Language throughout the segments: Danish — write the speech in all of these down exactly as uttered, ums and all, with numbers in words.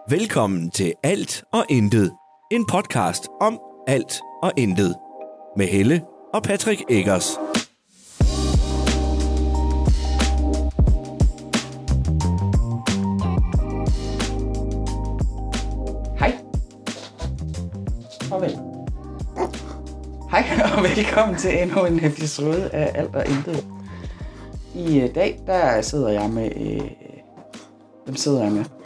Velkommen til Alt og Intet. En podcast om alt og intet. Med Helle og Patrick Eggers. Hej. Og vel. Hej og velkommen til endnu en episode af Alt og Intet. I dag, der sidder jeg med... Øh, hvem sidder jeg med?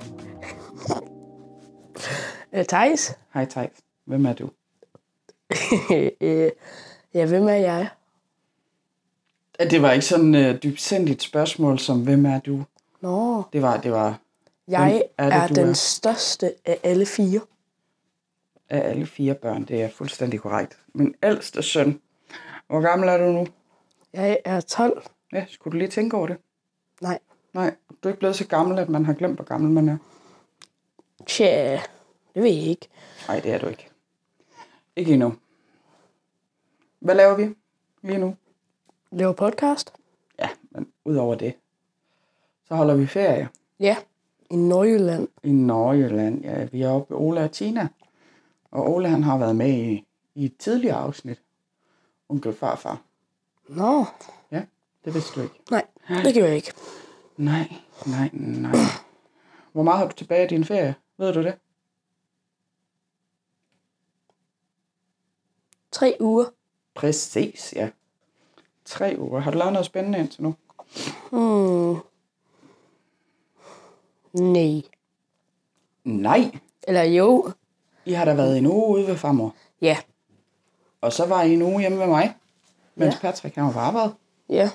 Øh, Thijs. Hej Thijs. Hvem er du? øh, ja, hvem er jeg? Det var ikke sådan et uh, dybsindigt spørgsmål som, hvem er du? Nå. Det var, det var... Jeg er, er, det, er den er? største af alle fire. Af alle fire børn, det er fuldstændig korrekt. Min ældste søn. Hvor gammel er du nu? Jeg er tolv. Ja, skulle du lige tænke over det? Nej. Nej, du er ikke blevet så gammel, at man har glemt, hvor gammel man er. Tja, det ved jeg ikke. Nej, det er du ikke. Ikke endnu. Hvad laver vi lige nu? Laver podcast? Ja, men udover det, så holder vi ferie Ja, i Nordjylland. i Nordjylland. Ja, vi er oppe med Ole og Tina. Og Ole, han har været med i, i et tidligere afsnit. Onkel farfar. Nå, Ja, det vidste du ikke. nej, det gør jeg ikke. Nej, nej, nej. Hvor meget har du tilbage af din ferie? Ved du det? Tre uger. Præcis, ja. Tre uger. Har du lavet noget spændende indtil nu? Hmm. Nej. Nej. Eller jo. I har da været en uge ude ved farmor. Ja. Og så var I en uge hjemme med mig, mens Ja. Patrick han var på arbejde. Ja.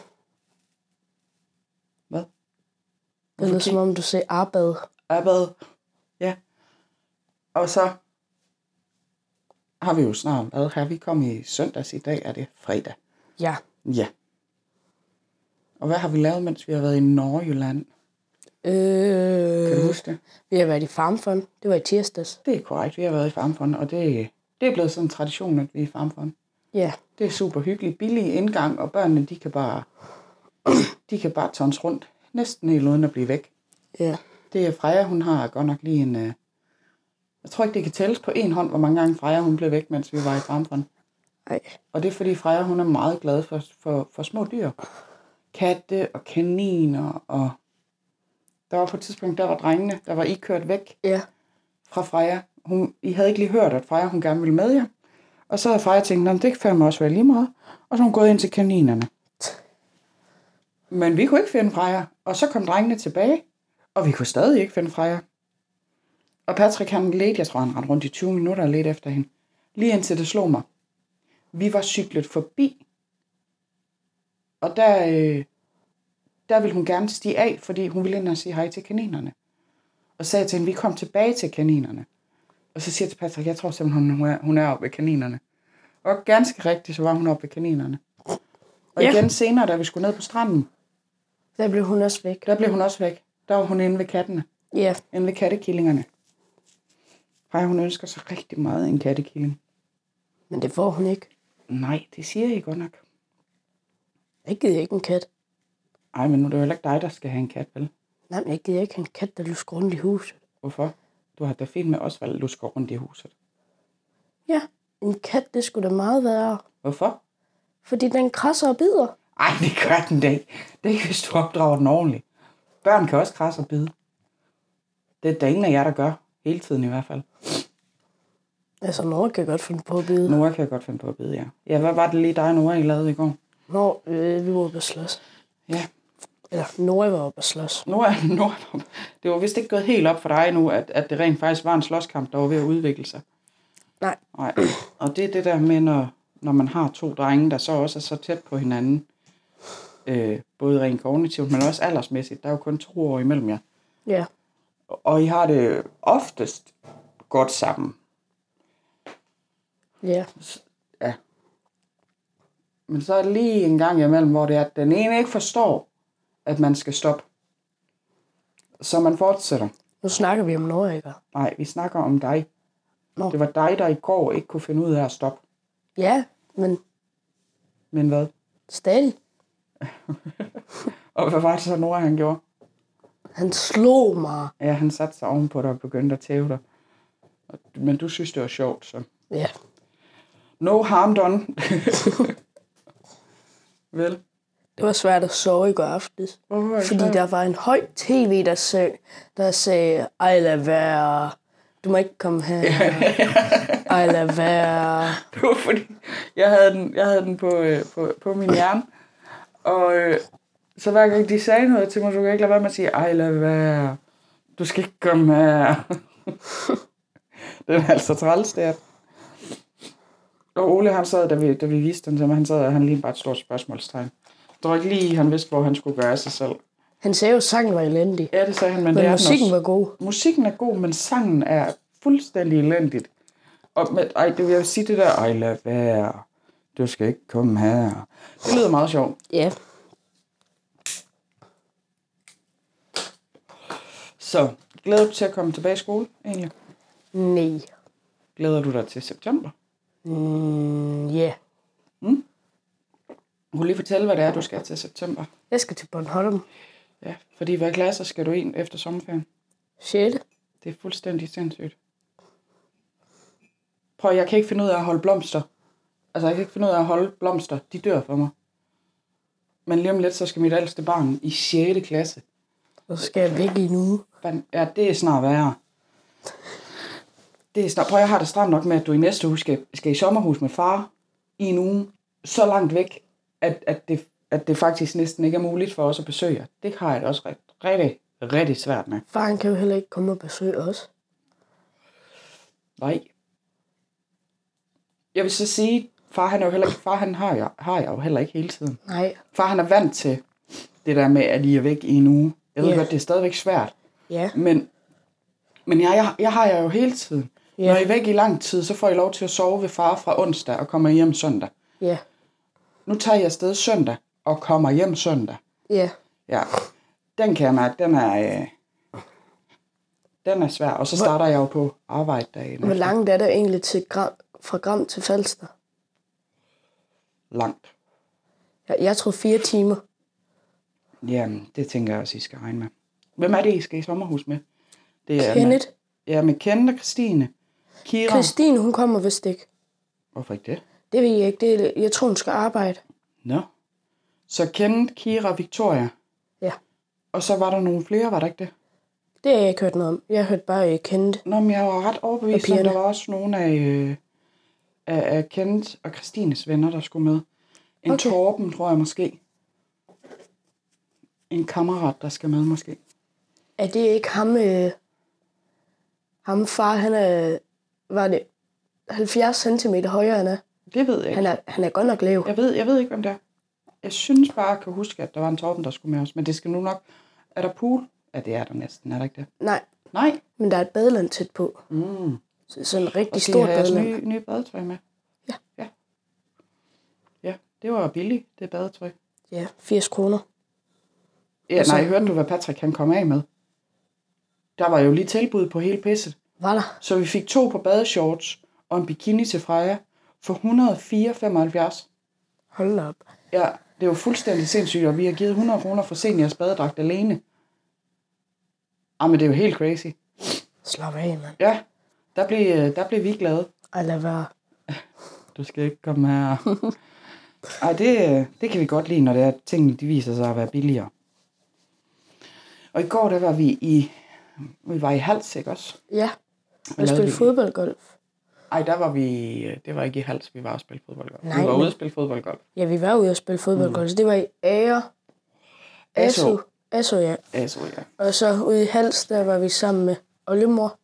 Hvad? Det Hvorfor lyder som om du siger arbejde. Arbejde. Ja. Og så har vi jo snart været her. Vi kom i søndags, i dag er det fredag. Ja. Ja. Og hvad har vi lavet, mens vi har været i Nordjylland? Øh, Kan du huske det? Vi har været i Farmfond. Det var i tirsdags. Det er korrekt, vi har været i Farmfond, og det, det er blevet sådan en tradition, at vi er i Farmfond. Ja. Det er super hyggeligt, billig indgang, og børnene, de kan bare, de kan bare tons rundt, næsten helt uden at blive væk. Ja. Det er Freja, hun har godt nok lige en... Øh, jeg tror ikke, det kan tælles på en hånd, hvor mange gange Freja, hun blev væk, mens vi var i Farmfond. Ej. Og det er fordi Freja, hun er meget glad for, for, for små dyr. Katte og kaniner, og der var på et tidspunkt, der var drengene, der var I kørt væk Ja. fra Freja. Hun, I havde ikke lige hørt, at Freja, hun gerne ville med jer. Og så havde Freja tænkt, det kan fandme også være lige meget. Og så hun gået ind til kaninerne. Men vi kunne ikke finde Freja. Og så kom drengene tilbage, og vi kunne stadig ikke finde Freja. Og Patrick, han ledte, jeg tror, han rendte rundt i tyve minutter og ledte efter hende. Lige indtil det slog mig. Vi var cyklet forbi. Og der, øh, der ville hun gerne stige af, fordi hun ville ind og sige hej til kaninerne. Og sagde til hende, vi kom tilbage til kaninerne. Og så siger jeg til Patrick, jeg tror simpelthen, hun er, hun er oppe ved kaninerne. Og ganske rigtigt, så var hun oppe ved kaninerne. Og Ja. igen senere, da vi skulle ned på stranden, Der blev hun også væk. der blev hun også væk. Der var hun inde ved kattene. Ja. Inde ved kattekillingerne. Hej, hun ønsker sig rigtig meget en kattekilling. Men det får hun ikke. Nej, det siger I godt nok. Jeg gider ikke en kat. Ej, men nu er det jo heller ikke dig, der skal have en kat, vel? Nej, men jeg gider ikke en kat, der lusker rundt i huset. Hvorfor? Du har da fint med Osvald, du skal rundt i huset. Ja, en kat, det skulle da meget værre. Hvorfor? Fordi den krasser og bider. Ej, det gør den da ikke. Det er ikke, hvis du opdrager den ordentligt. Børn kan også krasse og bide. Det er der ingen af jer, der gør. Hele tiden i hvert fald. Altså, Nora kan godt finde på at bide. Nora kan jeg godt finde på at bide, ja. Ja, hvad var det lige dig og Nora, I lavede i går? Når øh, vi var oppe at slås. Ja, Eller Nora var oppe at slås. Nora, Nora, det var vist ikke gået helt op for dig nu, at, at det rent faktisk var en slåskamp, der var ved at udvikle sig. Nej. Nej. Og det er det der med, når, når man har to drenge, der så også er så tæt på hinanden, øh, både rent kognitivt, men også aldersmæssigt. Der er jo kun to år imellem jer. Ja. Og I har det oftest godt sammen. Ja. Ja. Men så er det lige en gang imellem, hvor det er, at den ene ikke forstår, at man skal stoppe. Så man fortsætter. Nu snakker vi om Nora, ikke? Nej, vi snakker om dig. Nå. Det var dig, der i går ikke kunne finde ud af at stoppe. Ja, men Men hvad? stadig. Og hvad var det så, Nora han gjorde? Han slog mig. Ja, han satte sig ovenpå dig og begyndte at tæve dig. Men du synes, det var sjovt, så. Ja. No harm done. Vel? Det var svært at sove i går aftes. Hvorfor var det Fordi svært? der var en høj tv, der sagde, der sagde, ej lad være, du må ikke komme her, ej lad være. Det var fordi, jeg havde den, jeg havde den på, øh, på, på min hjerne. Og øh, så hver gang de sagde noget til mig, så kunne jeg ikke lade være med at sige, ej lad være, du skal ikke komme her. Den er altså træls, der. Og Ole, han sad, da vi, da vi viste den til mig, han sad, og han lige bare et stort spørgsmålstegn. Jeg tror ikke lige, han vidste, hvor han skulle gøre af sig selv. Han sagde jo, at sangen var elendig. Ja, det sagde han, men, Men det er musikken den også. var god. Musikken er god, men sangen er fuldstændig elendigt. Og med, ej, det vil jeg sige det der, ej lad være, du skal ikke komme her. Det lyder meget sjovt. Ja. Så, glæder du til at komme tilbage i skole, egentlig? Nej. Glæder du dig til september? Mm, ja. Mm? Du kan lige fortælle, hvad det er, du skal til september. Jeg skal til Bornholm. Ja, fordi hvad klasser skal du ind efter sommerferien? sjette. Det er fuldstændig sindssygt. Prøv, jeg kan ikke finde ud af at holde blomster. Altså, jeg kan ikke finde ud af at holde blomster. De dør for mig. Men lige om lidt, så skal mit ældste barn i sjette klasse. Og så skal jeg væk i en uge. Ja, det er snart værre. Det er snart... Prøv, jeg har det stramt nok med, at du i næste uge skal, skal i sommerhus med far i en uge. Så langt væk, at, at, det, at det faktisk næsten ikke er muligt for os at besøge jer. Det har jeg det også rigtig, rigtig, rigtig svært med. Faren kan jo heller ikke komme og besøge os. Nej. Jeg vil så sige, far han er jo heller ikke, far han har jeg, har jeg jo heller ikke hele tiden. Nej. Far han er vant til det der med, at I er væk i en uge. Jeg ved Ja. godt, det er stadigvæk svært. Ja. Men, men jeg, jeg, jeg har jer jo hele tiden. Ja. Når I er væk i lang tid, så får I lov til at sove ved far fra onsdag og kommer hjem søndag. Ja. Nu tager jeg afsted søndag og kommer hjem søndag. Ja. Ja, den kan jeg mærke, den er, øh, den er svær. Og så starter jeg jo på arbejde dagen. Hvor langt er det egentlig til Gram, fra Gram til Falster? Langt. Jeg, jeg tror fire timer. Jamen, det tænker jeg også, I skal regne med. Hvem er det, I skal i sommerhus med? Det er Kenneth. Med, ja, med Kenneth og Christine. Kira. Christine, hun kommer vist ikke. Hvorfor ikke det? Det ved jeg ikke. Det er, jeg tror, hun skal arbejde. Nå. Så Kenneth, Kira og Victoria. Ja. Og så var der nogle flere, var der ikke det? Det har jeg ikke hørt noget om. Jeg har hørt bare uh, Kenneth. Nå, men jeg var ret overbevist Og om, pigerne. der var også nogle af, øh, af, af Kenneth og Christines venner, der skulle med. En Okay. Torben, tror jeg måske. En kammerat, der skal med måske. Er det ikke ham, øh, ham far, han er, var det halvfjerds centimeter højere end er? Det ved jeg ikke. Han er, han er godt nok lav. Jeg ved, jeg ved ikke, hvem det er. Jeg synes bare, jeg kan huske, at der var en Torben, der skulle med os. Men det skal nu nok... Er der pool? Ja, det er der næsten, er der ikke det? Nej, Nej. men der er et badeland tæt på. Mm. Så, sådan en rigtig Og skal I stort have jeres badeland. nye, nye badetøj med? Ja. Ja. Ja, det var billigt, det badetøj. Ja, firs kroner. Ja, Og så- nej, hørte du, hvad Patrick han kom af med? Der var jo lige tilbud på hele pisset. Var der? Så vi fik to på badeshorts og en bikini til Freja for et hundrede og fire komma femoghalvfjerds. Hold da op. Ja, det var fuldstændig sindssygt, og vi har givet hundrede kroner for seniors badedragt alene. Ah, men det er jo helt crazy. Slap af, mand. Ja, der blev, der blev vi glade. Ej, lad være. Du skal ikke komme her. Ej, det, det kan vi godt lide, når det er, at tingene de viser sig at være billigere. Og i går, der var vi i, vi var i Hals, ikke også? Ja, Hvad jeg lavede spillede vi? fodboldgolf. Ej, der var vi, det var ikke i Hals, vi var og spille fodboldgolf. Nej, vi var men- ude og spille fodboldgolf. Ja, vi var ude og spille fodboldgolf, så det var i Ager. Aso. Aso. Aso, ja. Altså, ja. Og så ude i Hals, der var vi sammen med oldemor.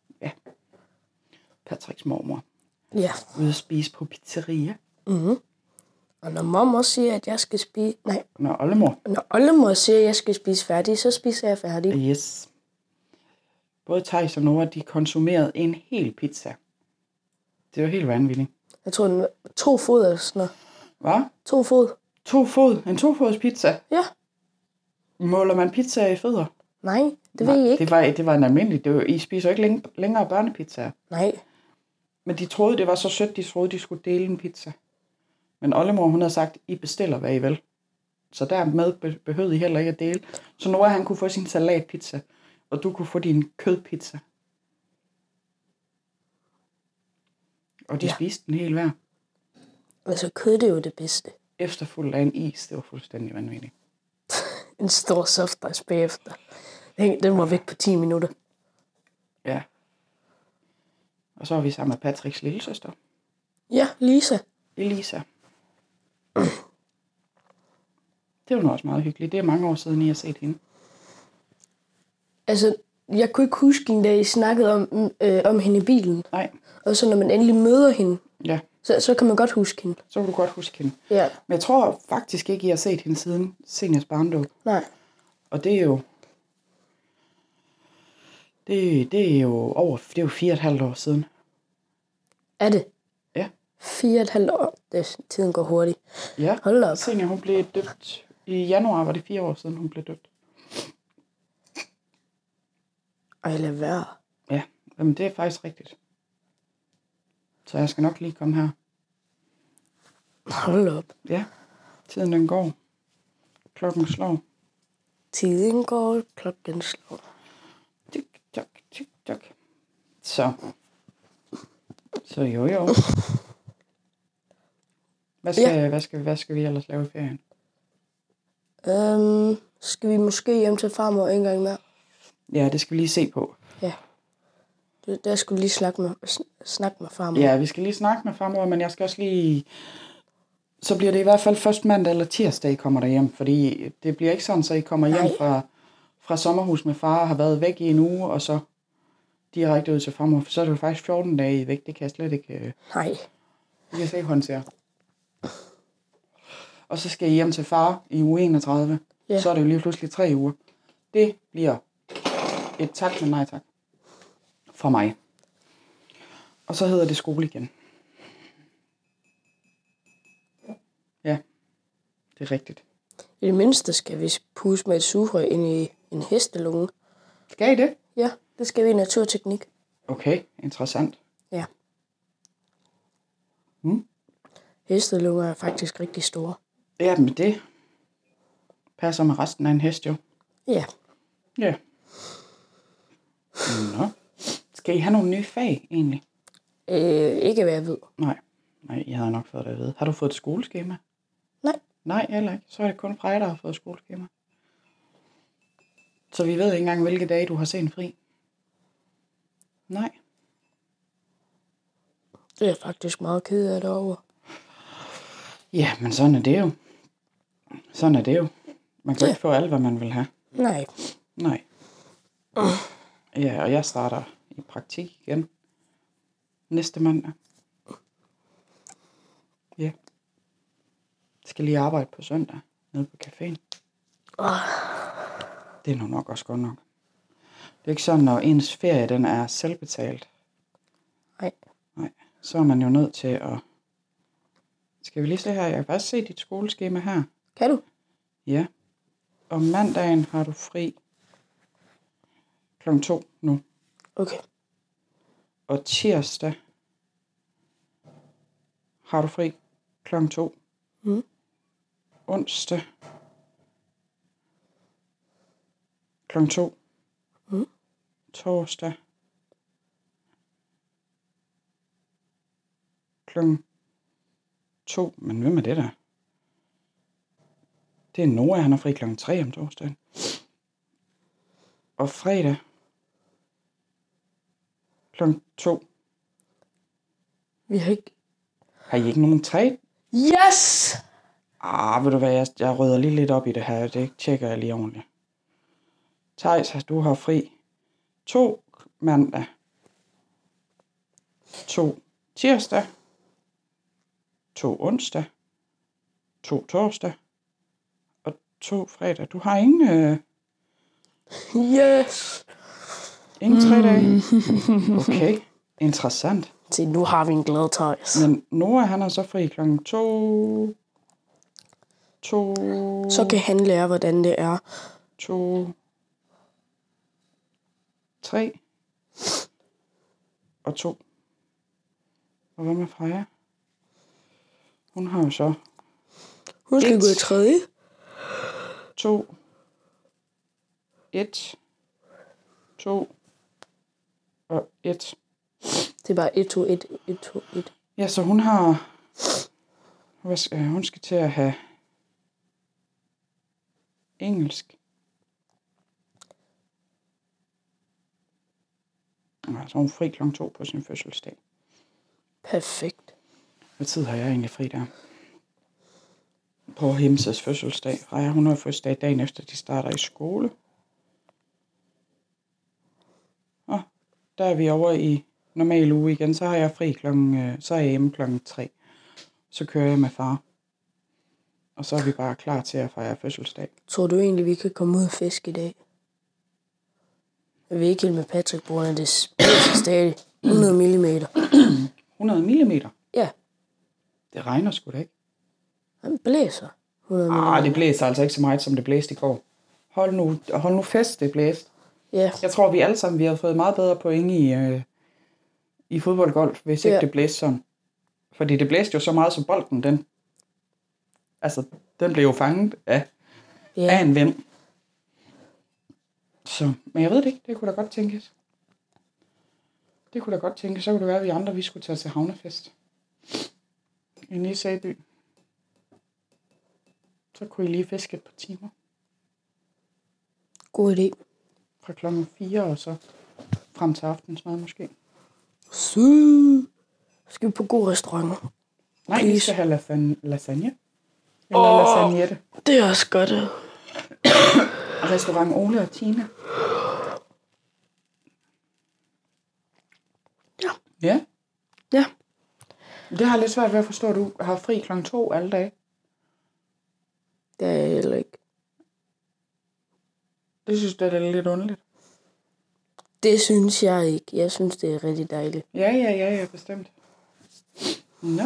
Patricks mormor. Ja. Ude at spise på pizzeria. Mm-hmm. Og når mormor siger, at jeg skal spise... Nej, Nå, oldemor. når oldemor siger, at jeg skal spise færdig, så spiser jeg færdig. Yes. Både Thijs og Nora, de konsumerede en hel pizza. Det var helt vanvittigt. Jeg tror, den var to fod eller sådan noget. Hvad? To fod. To fod. En tofods pizza. Ja. Måler man pizza i fødder? Nej, det ved jeg ikke. Det var, det var en almindelig. Det var, I spiser jo ikke læng, længere børnepizzaer. Nej. Men de troede, det var så sødt, de troede, de skulle dele en pizza. Men oldemor, hun havde sagt, I bestiller, hvad I vil. Så dermed be- behøvede I heller ikke at dele. Så Nora, han kunne få sin salatpizza. og du kunne få din kødpizza. Og de Ja. ja. spiste den helt hver. Altså, kød det er jo det bedste. Efterfuldt af en is, det var fuldstændig vanvittigt. En stor softice bagefter. Den, den var væk på ti minutter. Ja. Og så var vi sammen med Patricks lillesøster, Ja, Lisa. Elisa. Det var nu også meget hyggeligt. Det er mange år siden, I har set hende. Altså, jeg kunne ikke huske hende, da I snakkede om, øh, om hende i bilen. Nej, Og så når man endelig møder hende, ja, så, så kan man godt huske hende. så kan du godt huske hende. Ja. Men jeg tror faktisk ikke, I har set hende siden Seniors barndåb. Nej. Og det er jo... Det, det er jo over... Det er jo fire og et halvt år siden. Er det? Ja. Fire og et halvt år. Det, tiden går hurtigt. Ja. Hold op. Senior, hun blev døbt... I januar var det fire år siden, hun blev døbt. Ej, lad være. Ja, jamen det er faktisk rigtigt. Så jeg skal nok lige komme her. Hold op. Ja, tiden den går. Klokken slår. Tiden går, klokken slår. Tik, tak, tik, tak. Så. Så jo jo. Hvad skal, ja. hvad, skal, hvad skal vi ellers lave i ferien? Øhm, skal vi måske hjem til farmor en gang mere? Ja, det skal vi lige se på. Ja. Det, der skulle vi lige snakke med, sn- snakke med farmor. Ja, vi skal lige snakke med farmor, men jeg skal også lige... Så bliver det i hvert fald først mandag eller tirsdag, I kommer derhjem. Fordi det bliver ikke sådan, så I kommer hjem Nej. fra, fra sommerhus med far og har været væk i en uge, og så direkte ud til farmor. For så er det jo faktisk fjorten dage I er væk. Det kan jeg slet ikke... øh, Nej. Det kan jeg slet ikke håndtere. Og så skal I hjem til far i uge enogtredive. Ja. Så er det jo lige pludselig tre uger. Det bliver et tak, men nej tak. Fra mig. Og så hedder det skole igen. Ja, det er rigtigt. I det mindste skal vi puste med et sugerør ind i en hestelunge. Skal I det? Ja, det skal vi i naturteknik. Okay, interessant. Ja. Hmm? Hestelunger er faktisk rigtig store. Ja, men det passer med resten af en hest jo. Ja. Ja. Nå. Skal I have nogle nye fag egentlig? Øh, ikke hvad jeg ved. Nej, nej, jeg havde nok fået det at vide. Har du fået et skoleskema? Nej. Nej, heller ikke. Så er det kun Freja, der har fået skoleskema. Så vi ved ikke engang, hvilke dage du har sen fri. Nej. Det er jeg faktisk meget ked af derovre. Ja, men sådan er det jo. Sådan er det jo. Man kan Ja. ikke få alt, hvad man vil have. Nej. Nej. Ja, og jeg starter i praktik igen. Næste mandag. Ja. Skal lige arbejde på søndag. Nede på caféen. Det er nu nok også godt nok. Det er ikke sådan, når ens ferie den er selvbetalt. Nej. Nej. Så er man jo nødt til at... Skal vi lige se her? Jeg kan faktisk se dit skoleskema her. Kan du? Ja. Om mandagen har du fri klokken to nu. Okay. Og tirsdag har du fri klokken to. Mm. Onsdag klokken to. Mm. Torsdag klokken to. Men hvem er det der? Det er Noah, han har fri klokken tre om torsdagen. Og fredag klokken to. Vi har ikke... Har I ikke nogen tre? Yes! Ah, ved du hvad, jeg, jeg rydder lige lidt op i det her. Det tjekker jeg lige ordentligt. Thijs, du har fri to mandag, to tirsdag, to onsdag, to torsdag og to fredag. Du har ingen, øh, Yes! ingen tre dage. Okay, interessant. Se, nu har vi en glad Thijs. Men Noah, han er så fri klokken to, to, Så kan han lære, hvordan det er. to, tre og to. Og hvad med Freja? Hun har jo så Hun skal Et. gå i tredje. to, et, to og et. Det er bare et, to, et, et, to, et. Ja, så hun har... Hvad skal, hun skal til at have engelsk. Ja, så er hun fri klokken to på sin fødselsdag. Perfekt. Hvad tid har jeg egentlig fri der? På Himses fødselsdag. Freja, hun har fødselsdag dagen efter, de starter i skole. Og der er vi over i normal uge igen. Så har jeg fri klokken, så er jeg hjemme klokken tre. Så kører jeg med far. Og så er vi bare klar til at fejre fødselsdag. Tror du egentlig, vi kan komme ud og fiske i dag? Jeg vil ikke helt med Patrick, på grund af det blæser stadig. hundrede millimeter. hundrede millimeter? Ja. Det regner sgu da ikke. Han blæser. hundrede millimeter. Ah, det blæser altså ikke så meget, som det blæste i går. Hold nu, hold nu fest, det blæste. Ja. Jeg tror, vi alle sammen vi har fået meget bedre point i, øh, i fodboldgolf, hvis ikke Ja. det blæste sådan. Fordi det blæste jo så meget, som bolden, den, altså, den blev jo fanget af, Ja. af en vind. Så, men jeg ved det ikke, det kunne da godt tænkes. Det kunne da godt tænkes, så kunne det være, at vi andre, vi skulle tage til havnefest. Inde i Sæby. Så kunne I lige fiske et par timer. God idé. Fra klokken fire og så frem til aftensmad måske. Så skal vi på god restaurant. Nej, vi Please. skal have lasagne. lasagne. Eller oh. lasagnette. Det er også godt. Restaurant Ole og Tina. Ja. Ja. Ja. Det har jeg lidt svært ved at forstå, at du har fri klokken to alle dage. Det er jeg heller ikke. Det synes jeg, det er lidt underligt. Det synes jeg ikke. Jeg synes, det er rigtig dejligt. Ja, ja, ja, ja, bestemt. Nå.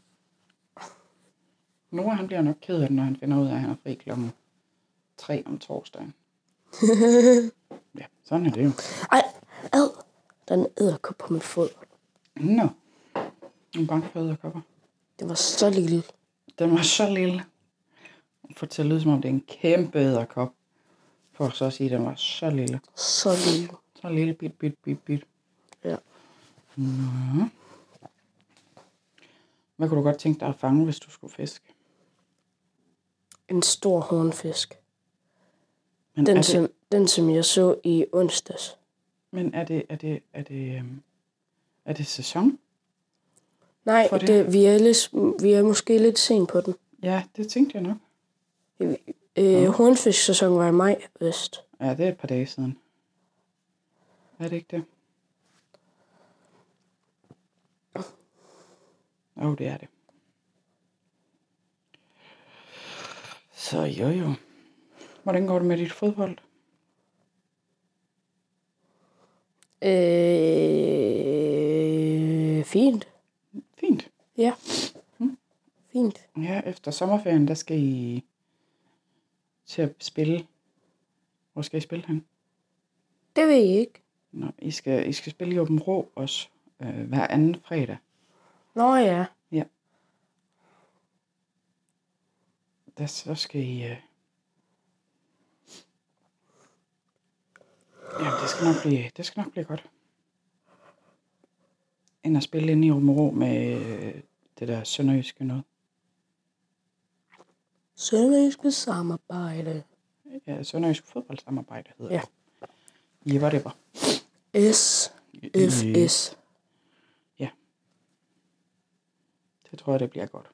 Noah, han bliver nok ked af det, når han finder ud af, at han har fri klokken tre om torsdagen. Ja, sådan er det jo. Ej, ad. Der er en edderkop på min fod. Nå. Jeg er bange for edderkopper. Det var så lille. Den var så lille. For til at lyde, som om det er en kæmpe edderkop. For så at sige, at den var så lille. Så lille. Så lille, bit, bit, bit, bit. Ja. Nå. Hvad kunne du godt tænke dig at fange, hvis du skulle fiske? En stor hornfisk. Men Den, er som, det, den som jeg så i onsdags. men er det, er det, er det, øhm, er det sæson? Nej, For det? det, vi, er lidt, vi er måske lidt sent på den. Ja, det tænkte jeg nok. Øh, hornfisksæson var i maj, vist. Ja, det er et par dage siden. Er det ikke det? Jo, oh, det er det. Så jo jo. Hvordan går det med dit fodbold? Øh, fint. Fint. Ja. Mm. Fint. Ja, efter sommerferien, der skal I til at spille. Hvor skal I spille hen? Det ved jeg ikke. Nå, I skal, I skal spille i Åben Rå også øh, hver anden fredag. Nå ja. Ja. Der, så skal I... Øh... Jamen, det skal nok blive, det skal nok blive godt. End at spille inde i Åben Rå med øh, det der sønderjyske noget. Sønderjyske samarbejde. Ja, sønderjysk fodboldsamarbejde hedder Ja. det. Ja, whatever. S F S. Ja. Det tror jeg, det bliver godt.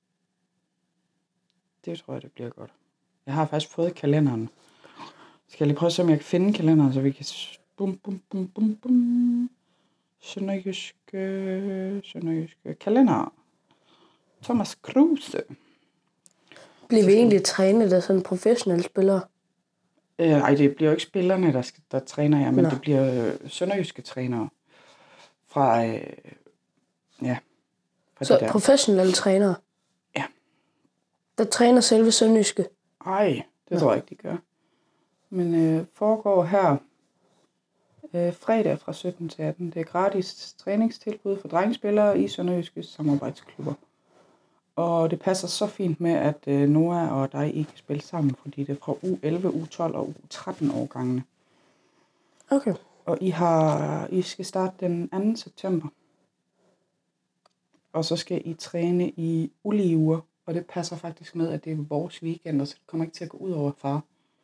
Det tror jeg, det bliver godt. Jeg har faktisk fået kalenderen. Skal jeg lige prøve at se, om jeg kan finde kalenderen, så vi kan... Bum, bum, bum, bum, bum. Sønderjyske... Sønderjyske kalender. Thomas Kruse. Bliver vi egentlig trænet af sådan professionelle spillere? Øh, ej, det bliver jo ikke spillerne, der, skal, der træner jeg, men Nå. det bliver øh, sønderjyske trænere. Fra... Øh, ja. Fra Så det der. professionelle trænere? Ja. Der træner selve sønderjyske? Ej, det Nå. tror jeg ikke, de gør. Men øh, foregår her øh, fredag fra sytten til atten. Det er gratis træningstilbud for drengespillere i sønderjyske samarbejdsklubber. Og det passer så fint med, at øh, Noah og dig ikke kan spille sammen, fordi det er fra U elleve, U tolv og U tretten årgangene. Okay. Og I, har, I skal starte den anden september. Og så skal I træne i ulige og det passer faktisk med, at det er vores weekend, og så det kommer ikke til at gå ud over far.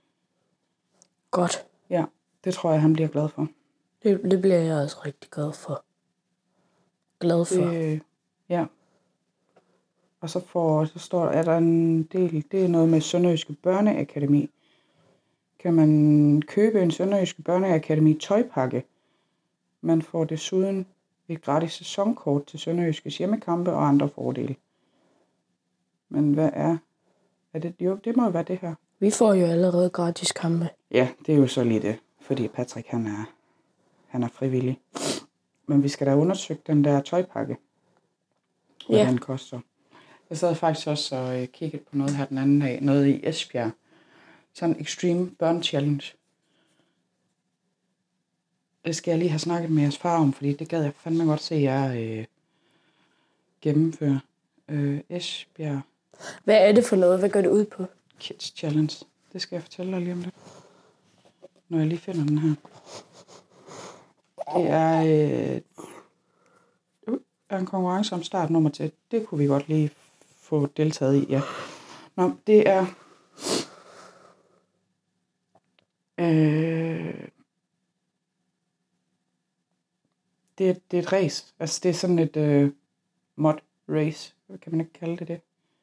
Godt. Ja, det tror jeg, han bliver glad for. Det, det bliver jeg også rigtig glad for. Glad for. Det, ja. Og så, får, så står er der en del, det er noget med Sønderjyske Børneakademi. Kan man købe en Sønderjyske Børneakademi tøjpakke. Man får desuden et gratis sæsonkort til Sønderjyskes hjemmekampe og andre fordele. Men hvad er, er det? Jo, det må jo være det her. Vi får jo allerede gratis kampe. Ja, det er jo så lige det, fordi Patrick han er, han er frivillig. Men vi skal da undersøge den der tøjpakke, hvad Ja. den koster. Jeg sad faktisk også og øh, kiggede på noget her den anden dag, noget i Esbjerg. Sådan en Extreme Burn Challenge. Det skal jeg lige have snakket med jeres far om, fordi det gad jeg fandme godt se jer øh, gennemføre. Øh, Esbjerg Hvad er det for noget? Hvad går det ud på? Kids Challenge. Det skal jeg fortælle dig lige om det. Når jeg lige finder den her. Det er, øh, uh, er en konkurrence om startnummer til. Det kunne vi godt lige få deltaget i, ja. Nå, det er... Øh, det, er det er et race. Altså, det er sådan et øh, mod race. Hvad kan man ikke kalde det det?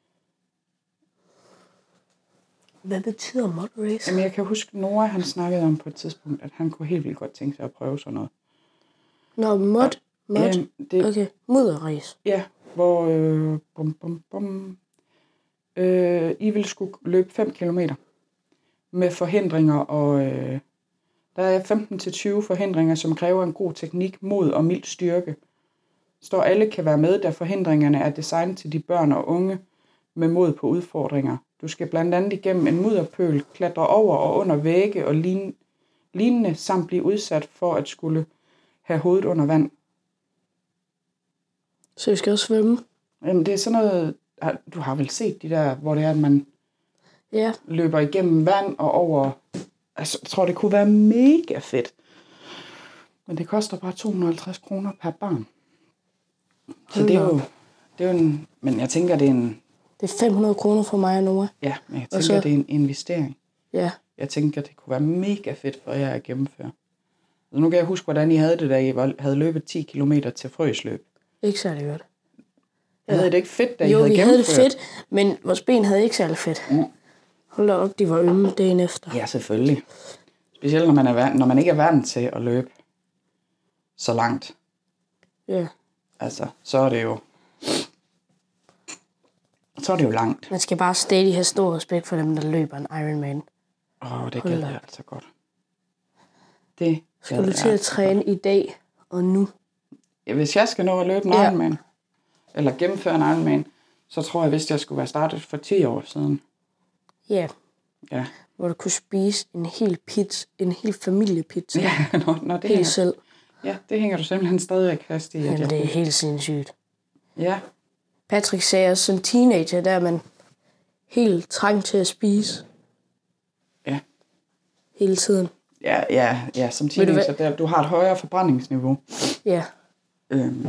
Hvad betyder mod race? Jamen, jeg kan huske, Nora han snakkede om på et tidspunkt, at han kunne helt vildt godt tænke sig at prøve sådan noget. Nå, mod. Mod. Jamen, det, Okay, mudderrace. Ja, hvor øh, bum, bum, bum, øh, I vil skulle løbe fem kilometer med forhindringer, og øh, der er femten til tyve forhindringer, som kræver en god teknik, mod og mild styrke. Står alle kan være med, da forhindringerne er designet til de børn og unge med mod på udfordringer. Du skal blandt andet igennem en mudderpøl, klatre over og under vægge og lignende, samt blive udsat for at skulle have hovedet under vand. Så vi skal også svømme? Jamen, det er sådan noget, du har vel set de der, hvor det er, at man Ja. løber igennem vand og over. Altså, jeg tror, det kunne være mega fedt. Men det koster bare to hundrede og halvtreds kroner per barn. Så det er jo, det er jo en, men jeg tænker, det er en, Det er fem hundrede kroner for mig og Nora. ja, men jeg Og tænker, så- det er en investering. Ja. Jeg tænker, det kunne være mega fedt for jer at gennemføre. Så nu kan jeg huske, hvordan I havde det, da I var- havde løbet ti kilometer til Frøsløb. Ikke særlig godt. Ja. Havde I det ikke fedt, da I Jo, havde vi gennemført? havde det fedt, men vores ben havde ikke særlig fedt. Mm. Hold da op, de var ømme dagen efter. Ja, selvfølgelig. Specielt når man, er vant, når man ikke er vant til at løbe så langt. Ja. Altså, så er det jo... Så er det jo langt. Man skal bare stadig have stor respekt for dem, der løber en Ironman. Åh, oh, det Hold gad da. jeg altså godt. Det Skal gad du jeg til at altså træne godt. i dag og nu? Ja, hvis jeg skal nå at løbe en Ja. Ironman, eller gennemføre en Ironman, så tror jeg, hvis jeg skulle være startet for ti år siden. Ja. Ja, Hvor du kunne spise en hel pizza, en hel familiepizza. ja når, når det Helt hænger, selv. ja, det hænger du simpelthen stadigvæk fast i. At Jamen, jeg, det er helt sindssygt. ja, Patrick sagde også, som teenager, der er man helt trængt til at spise ja, hele tiden. ja, ja, ja, som Ved du hvad? teenager, der, du har et højere forbrændingsniveau. Ja. Øhm.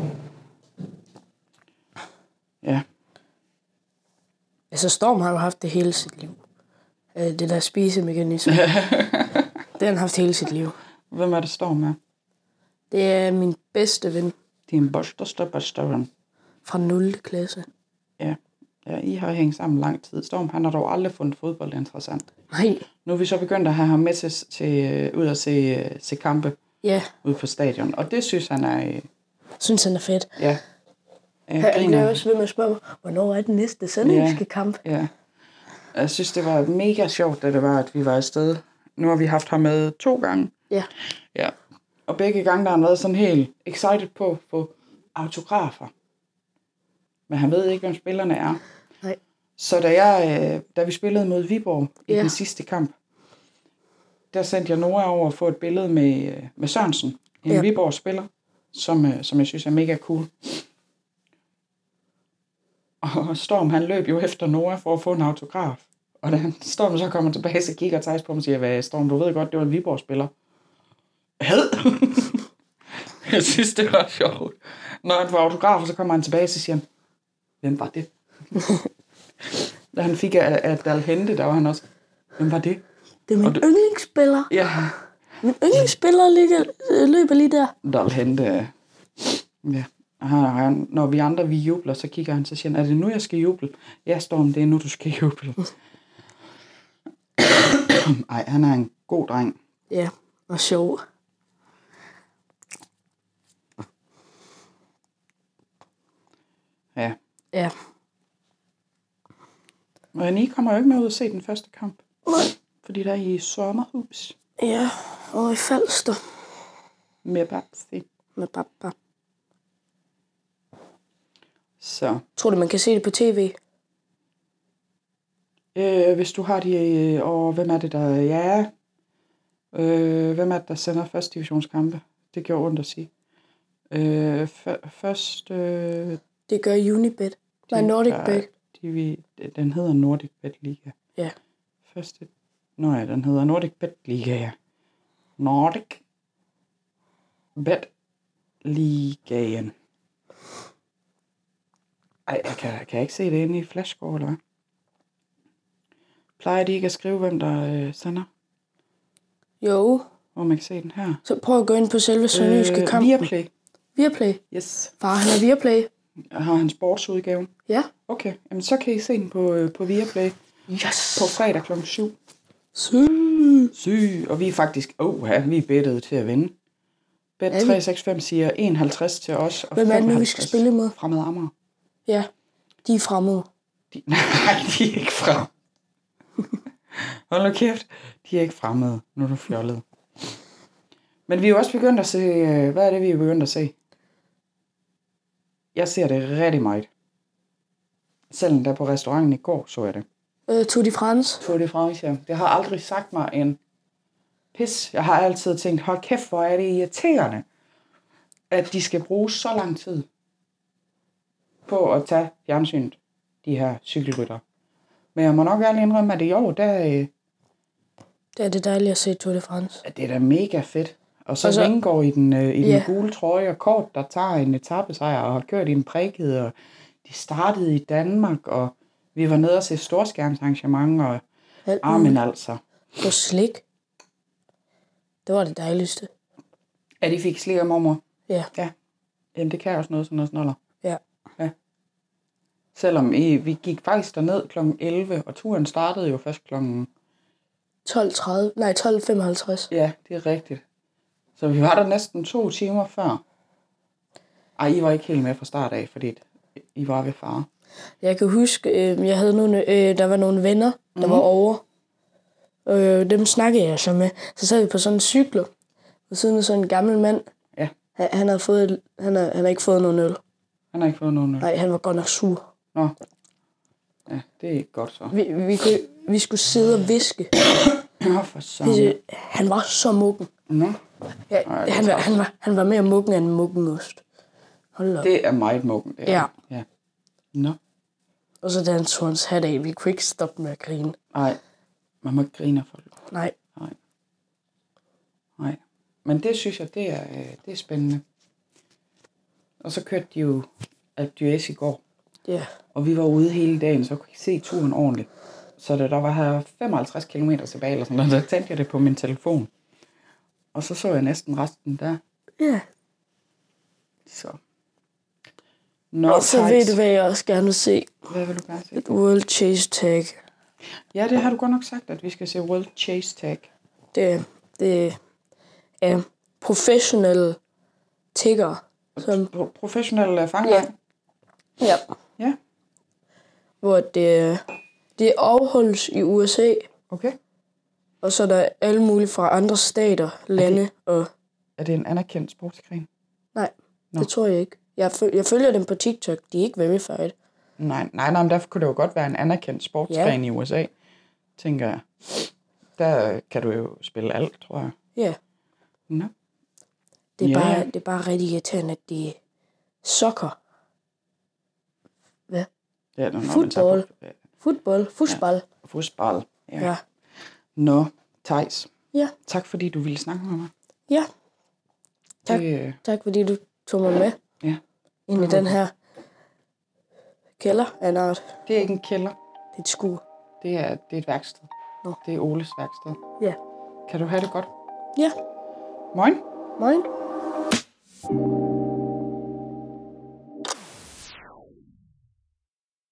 Ja, Altså, Storm har jo haft det hele sit liv. Øh, Det der spisemekanisme. Det har han haft hele sit liv. hvem er det, står med? Det er min bedste ven Din børsteste bedste. fra nul klasse. Ja. Ja, I har hængt sammen lang tid. Storm, han har dog aldrig fundet fodbold interessant. Nej. Nu er vi så begyndt at have ham med til, til øh, ud at se, øh, se kampe Ja, ude på stadion. Og det synes han er... Øh, synes han er fedt. ja. Jeg Han bliver griner. også ved med at spørge mig, hvornår er den næste sønderjyske kamp? Ja. Jeg synes, det var mega sjovt, da det var, at vi var afsted. Nu har vi haft ham med to gange. Ja. Ja. Og begge gange, der har han været sådan helt excited på at få autografer. Men han ved ikke, hvem spillerne er. Nej. Så da, jeg, øh, da vi spillede mod Viborg i Ja. den sidste kamp, der sendte jeg Nora over at få et billede med, øh, med Sørensen, en Ja. Viborg-spiller, som, øh, som jeg synes er mega cool. Og Storm, han løb jo efter Nora for at få en autograf. Og da han- Storm så kommer tilbage, så kigger Thijs på mig og siger, hvad Storm, du ved godt, det var en Viborg-spiller. Had. Jeg synes, det var sjovt. Når han får autografer, så kommer han tilbage, og så siger han, hvem var det? Da han fik af, af Dalhente, der var han også, hvem var det? Det er min Og du- yndlingsspiller. Ja, Min yndlingsspiller ligger, løber lige der. Dalhente. Ja. Han, han, når vi andre vi jubler, så kigger han, så siger han, er det nu, jeg skal juble? Ja, Storm, det er nu, du skal juble. Ej, han er en god dreng. Ja, og sjov. Ja. Ja. Og I kommer jo ikke med ud og se den første kamp. Nej. Fordi der er I sommerhus Ja, og i Falster med Babsi. med pappa. Så Tror du, man kan se det på tv? øh, hvis du har de, øh, og hvem er det der, ja, øh, hvem er det, der sender første divisionskampe? Det gjorde ondt at sige. Øh, f- først, øh, Det gør Unibet. Nej, de- Nordic der- Bet. De, vi- den hedder Nordic Bet Liga. Ja. Første, nå ja, den hedder Nordic Bet Liga, ja. Nordic Bet Ligaen. Ej, jeg kan, kan jeg ikke se det inde i Flashscore, eller hvad? Plejer de ikke at skrive, hvem der øh, sender? Jo, Hvor man kan se den her. så prøv at gå ind på selve sønderjyske kamp. Viaplay. Viaplay. Yes. Far, han er Viaplay. Har han sportsudgaven? Ja. Okay, jamen så kan I se den på, øh, på Viaplay Yes. på fredag klokken syv. Syg. Syg, og vi er faktisk, åh, ja, vi er bettet til at vinde. Bet Er vi? tre seks fem siger enoghalvtreds til os, og Hvem er det nu, vi skal femoghalvtreds spille imod? Fremad Amager. Ja, de er fremmede. De, nej, de er ikke fremmede. Hold nu kæft, de er ikke fremmede. Nu er du fjollet. Men vi er jo også begyndt at se, øh, hvad er det, vi er begyndt at se? Jeg ser det rigtig meget. Selv der på restauranten i går, så jeg det. Øh, Tour de France. Tour de France, ja. Det har aldrig sagt mig en pis. Jeg har altid tænkt, hold kæft, hvor er det irriterende, at de skal bruge så lang tid på at tage fjernsynet, de her cykelrytter. Men jeg må nok gerne indrømme, at i år, der, øh, Det er det dejligt at se Tour de France. er det da mega fedt. Og så Og så- Vingegaard i den, øh, i den Ja. gule trøje, og Kort, der tager en etapesejr og har kørt i en prikket, og de startede i Danmark, og vi var nede og se storskærmsarrangement, og Alt ah, men muligt. altså. På slik. Det var det dejligste. Ja, de fik slik af mormor. Ja. Ja. Jamen, det kan også noget, sådan noget snoller. Ja. Ja. Selvom I, vi gik faktisk derned klokken elleve, og turen startede jo først klokken... tolv tredive. Nej, tolv femoghalvtreds. Ja, det er rigtigt. Så vi var der næsten to timer før. Ej, I var ikke helt med fra start af, fordi I var ved far. Jeg kan huske, øh, jeg havde nogle, øh, der var nogle venner, der Mhm. mm. var over. Øh, dem snakkede jeg så med. Så sad vi på sådan en cykler. Og siden af sådan en gammel mand. Ja. Han, han havde fået, han har, han har ikke fået nogen øl. Han har ikke fået nogen øl. Nej, han var godt nok sur. Nå. Ja, det er ikke godt så. Vi, vi, kunne, vi skulle sidde og viske. Nå, for søren. Det, han var så muggen. Nå, Ja, Ej, det er han, var, træls. han, var, han var mere muggen end muggenost. Hold op. det er meget muggen. Det er. Ja. ja. Nå. Og så da han tog hans hat af, vi kunne ikke stoppe med at grine. Ej, man må ikke grine af folk. Nej. Nej. Nej. Men det synes jeg, det er, øh, det er spændende. Og så kørte de jo Alpe d'Huez i går. Ja. Og vi var ude hele dagen, så kunne jeg se turen ordentligt. Så da der var her femoghalvtreds kilometer tilbage, eller sådan noget, så tændte jeg det på min telefon. Og så så jeg næsten resten der. Ja. Så. Nå, Og så ved du, hvad jeg også gerne vil se. Hvad vil du gerne se? Et World Chase Tag. Ja, det har du godt nok sagt, at vi skal se World Chase Tag. Det, det er professionelle tiggere. Som, Pro- professionelle fanger. Ja. ja. Ja. Hvor det, det afholdes i U S A. Okay. Og så er der alle mulige fra andre stater, lande og... Er det en anerkendt sportsgren? Nej, Nå. det tror jeg ikke. Jeg, føl- jeg følger dem på TikTok. De er ikke verified. Nej, nej, nej, men derfor kunne det jo godt være en anerkendt sportsgren Ja. i U S A, tænker jeg. Der kan du jo spille alt, tror jeg. Ja. Nå. Det er, Ja. bare, det er bare rigtig irriterende, at de er sokker. Hvad? Ja, når man tager Fodbold. på- ja, Fodbold. Fodbold. Fodbold. Ja. Ja. Nå, Theis. Ja. Tak fordi du ville snakke med mig. Ja. Tak, Det, tak fordi du tog mig med ja. ind i den her kælder af en art. Det er ikke en kælder. Det er et skur. Det er, det er et værksted. Nå. Det er Oles værksted. Ja. Kan du have det godt? Ja. Moin. Moin.